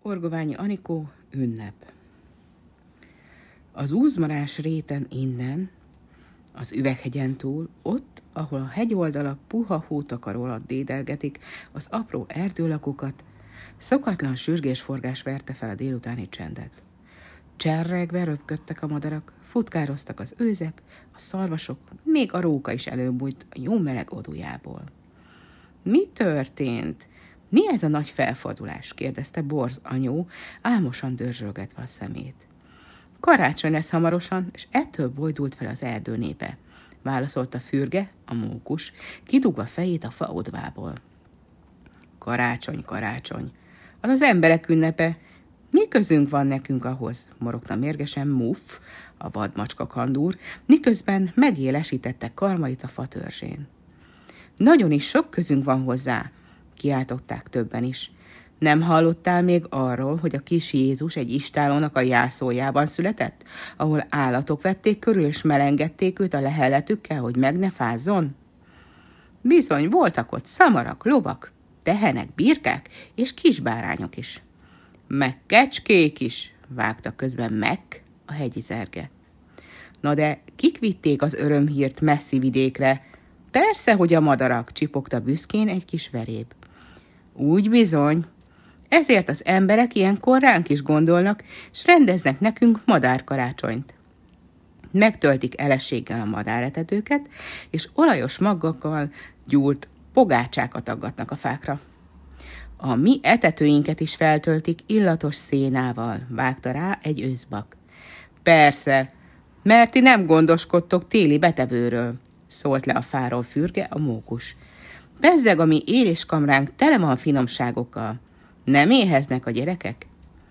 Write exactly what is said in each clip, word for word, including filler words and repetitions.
Orgoványi Anikó ünnep. Az úzmarás réten innen, az Üveghegyen túl, ott, ahol a hegyoldalak puha hótakaró alatt dédelgetik az apró erdőlakokat, szokatlan sürgésforgás verte fel a délutáni csendet. Cserregve röpködtek a madarak, futkároztak az őzek, a szarvasok, még a róka is előbújt a jó meleg odujából. Mi történt? Mi ez a nagy felfordulás? Kérdezte Borz anyó, álmosan dörzsölgetve a szemét. Karácsony lesz hamarosan, és ettől bojdult fel az erdő népe, válaszolta Fürge, a mókus, kidugva fejét a fa odvából. Karácsony, karácsony, az az emberek ünnepe. Mi közünk van nekünk ahhoz? Morogta mérgesen Muff, a vadmacska kandúr, miközben megélesítette karmait a fa törzsén. Nagyon is sok közünk van hozzá, kiáltották többen is. Nem hallottál még arról, hogy a kis Jézus egy istálónak a jászójában született, ahol állatok vették körül és melengedték őt a lehelletükkel, hogy meg ne fázzon? Bizony, voltak ott szamarak, lovak, tehenek, birkák és kisbárányok is. Meg kecskék is, vágta közben meg a hegyi zerge. Na de kik vitték az örömhírt messzi vidékre? Persze, hogy a madarak, csipogta büszkén egy kis veréb. Úgy bizony. Ezért az emberek ilyenkor ránk is gondolnak, s rendeznek nekünk madárkarácsonyt. Megtöltik elességgel a madáretetőket, és olajos maggakkal gyúrt pogácsákat aggatnak a fákra. A mi etetőinket is feltöltik illatos szénával, vágta rá egy őszbak. Persze, mert ti nem gondoskodtok téli betevőről, szólt le a fáról Fürge, a mókus. Bezzeg, a mi éléskamránk tele van finomságokkal. Nem éheznek a gyerekek?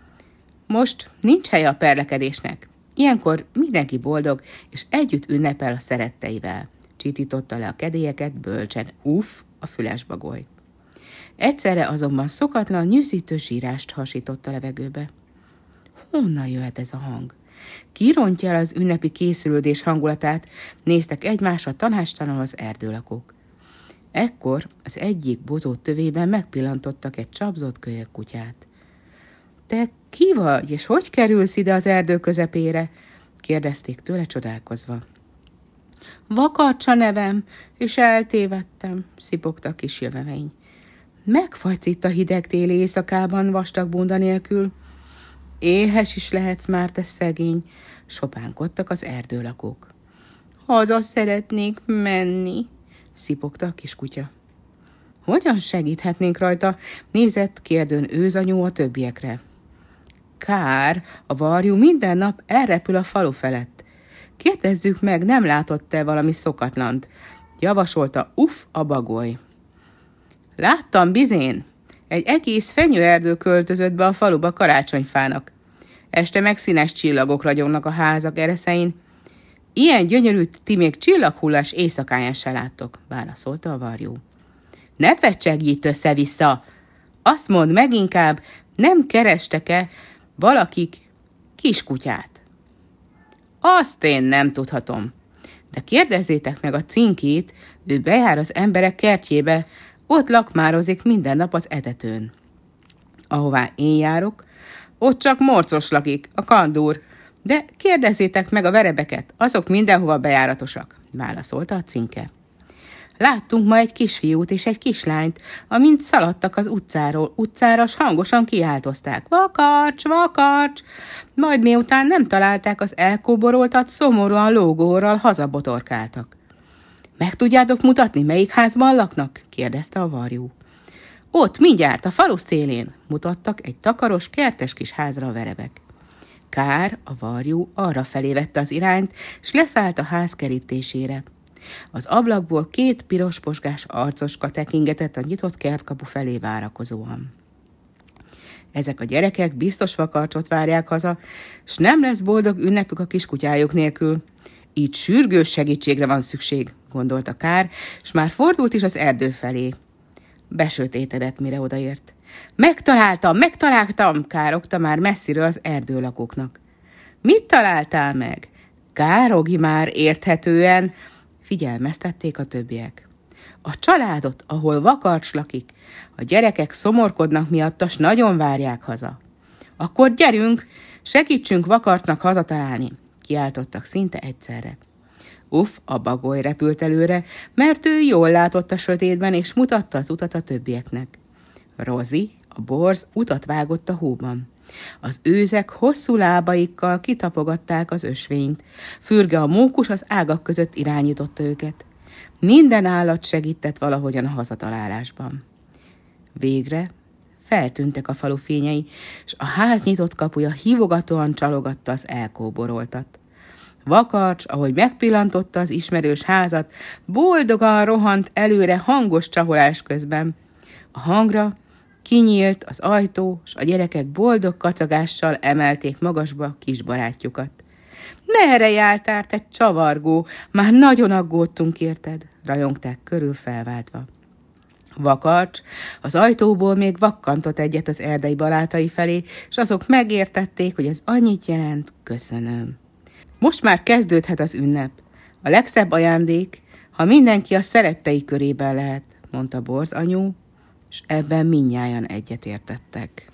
Most nincs helye a perlekedésnek. Ilyenkor mindenki boldog, és együtt ünnepel a szeretteivel. Csitította le a kedélyeket bölcsen uff a fülesbagoly. Egyszerre azonban szokatlan, nyűszítő sírást hasított a levegőbe. Honnan jöhet ez a hang? Ki rontja el az ünnepi készülődés hangulatát, néztek egymásra tanástalanul az erdőlakók. Ekkor az egyik bozó tövében megpillantottak egy csapzott kölyök kutyát. Te ki vagy, és hogy kerülsz ide az erdő közepére? Kérdezték tőle csodálkozva. Vakarcsa nevem, és eltévedtem, szipogta a kis jövevény. Megfagysz itt a hideg téli éjszakában vastag bunda nélkül. Éhes is lehetsz már, te szegény, sopánkodtak az erdőlakók. Haza szeretnék menni, szipogta a kiskutya. Hogyan segíthetnénk rajta? Nézett kérdőn őzanyó a többiekre. Kár, a varjú minden nap elrepül a falu felett. Kérdezzük meg, nem látott-e valami szokatlant? Javasolta uff a bagoly. Láttam bizén. Egy egész fenyőerdő költözött be a faluba karácsonyfának. Este meg színes csillagok ragyognak a házak ereszein. Ilyen gyönyörűt ti még csillaghullás éjszakáján se láttok, válaszolta a varjú. Ne fecsegj össze-vissza! Azt mondd meg inkább, nem kerestek-e valakik kiskutyát? Azt én nem tudhatom. De kérdezzétek meg a cinkét, ő bejár az emberek kertjébe, ott lakmározik minden nap az etetőn. Ahová én járok, ott csak morcos lakik, a kandúr, de kérdezzétek meg a verebeket, azok mindenhova bejáratosak, válaszolta a cinke. Láttunk ma egy kisfiút és egy kislányt, amint szaladtak az utcáról, utcára, s hangosan kiáltozták. Vakarcs, vakarcs! Majd miután nem találták az elkóboroltat, szomorúan lógóorral hazabotorkáltak. Meg tudjátok mutatni, melyik házban laknak? Kérdezte a varjú. Ott, mindjárt, a falu szélén, mutattak egy takaros, kertes kis házra a verebek. Kár, a varjú arra felé vette az irányt, s leszállt a ház kerítésére. Az ablakból két piros posgás arcoska tekingetett a nyitott kertkapu felé várakozóan. Ezek a gyerekek biztos vakarcsot várják haza, s nem lesz boldog ünnepük a kiskutyájuk nélkül. Így sürgős segítségre van szükség, gondolta Kár, s már fordult is az erdő felé. Besötétedett, mire odaért. Megtaláltam, megtaláltam, károgta már messziről az erdőlakóknak. Mit találtál meg? Károgi már érthetően, figyelmeztették a többiek. A családot, ahol vakarcs lakik, a gyerekek szomorkodnak miatta, s nagyon várják haza. Akkor gyerünk, segítsünk Vakartnak hazatalálni, kiáltottak szinte egyszerre. Uff, a bagoly repült előre, mert ő jól látott a sötétben, és mutatta az utat a többieknek. Rozi, a borz utat vágott a hóban. Az őzek hosszú lábaikkal kitapogatták az ösvényt, Fürge a mókus az ágak között irányította őket. Minden állat segített valahogyan a hazatalálásban. Végre feltűntek a falu fényei, és a ház nyitott kapuja hívogatóan csalogatta az elkóboroltat. Vakarcs, ahogy megpillantotta az ismerős házat, boldogan rohant előre hangos csaholás közben. A hangra kinyílt az ajtó, s a gyerekek boldog kacagással emelték magasba kis barátjukat. Merre jártál, te csavargó? Már nagyon aggódtunk érted, rajongták körül felváltva. Vakarcs az ajtóból még vakkantott egyet az erdei balátai felé, s azok megértették, hogy ez annyit jelent, köszönöm. Most már kezdődhet az ünnep. A legszebb ajándék, ha mindenki a szerettei körében lehet, mondta Borz anyu, és ebben mindnyájan egyetértettek.